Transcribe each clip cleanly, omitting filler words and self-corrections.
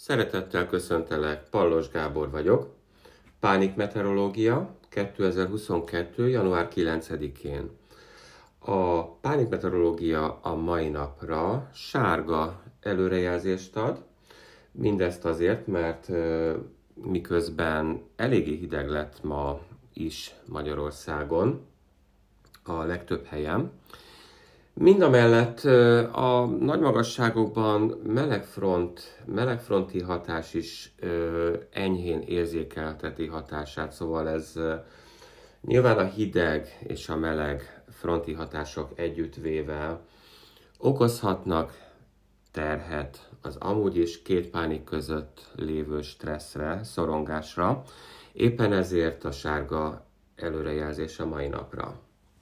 Szeretettel köszöntelek, Pallos Gábor vagyok. Pánik meteorológia 2022. január 9-én. A pánik meteorológia a mai napra sárga előrejelzést ad. Mindezt azért, mert miközben eléggé hideg lett ma is Magyarországon, a legtöbb helyen, mindamellett a nagy magasságokban melegfronti hatás is enyhén érzékelteti hatását, szóval ez nyilván a hideg és a meleg fronti hatások együttvéve okozhatnak terhet az amúgy is két pánik között lévő stresszre, szorongásra, éppen ezért a sárga előrejelzés a mai napra.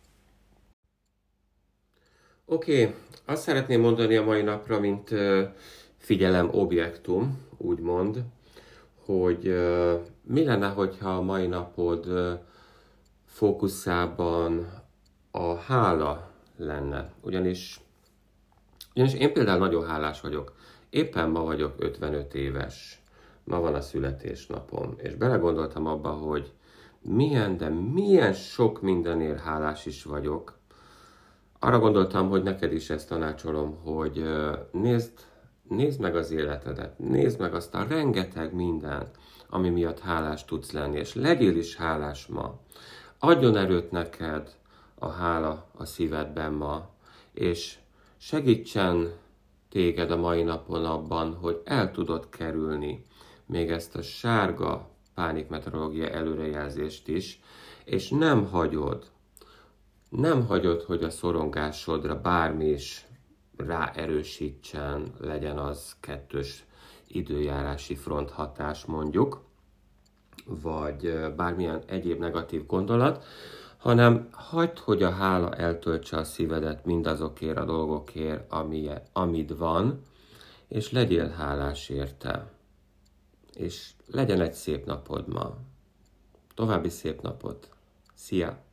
Oké, azt szeretném mondani a mai napra, mint figyelem objektum, úgymond, hogy mi lenne, hogyha a mai napod fókuszában a hála lenne. Ugyanis én például nagyon hálás vagyok. Éppen ma vagyok 55 éves. Ma van a születésnapom. És belegondoltam abba, hogy milyen sok mindenért hálás is vagyok. Arra gondoltam, hogy neked is ezt tanácsolom, hogy nézd meg az életedet, nézd meg azt a rengeteg mindent, ami miatt hálás tudsz lenni, és legyél is hálás ma. Adjon erőt neked a hála a szívedben ma, és segítsen téged a mai napon abban, hogy el tudod kerülni még ezt a sárga pánikmeteorológia előrejelzést is, és nem hagyod, hogy a szorongásodra bármi is ráerősítsen, legyen az kettős időjárási fronthatás mondjuk, vagy bármilyen egyéb negatív gondolat, hanem hagyd, hogy a hála eltöltse a szívedet mindazokért a dolgokért, amid van, és legyél hálás érte. És legyen egy szép napod ma. További szép napot. Szia!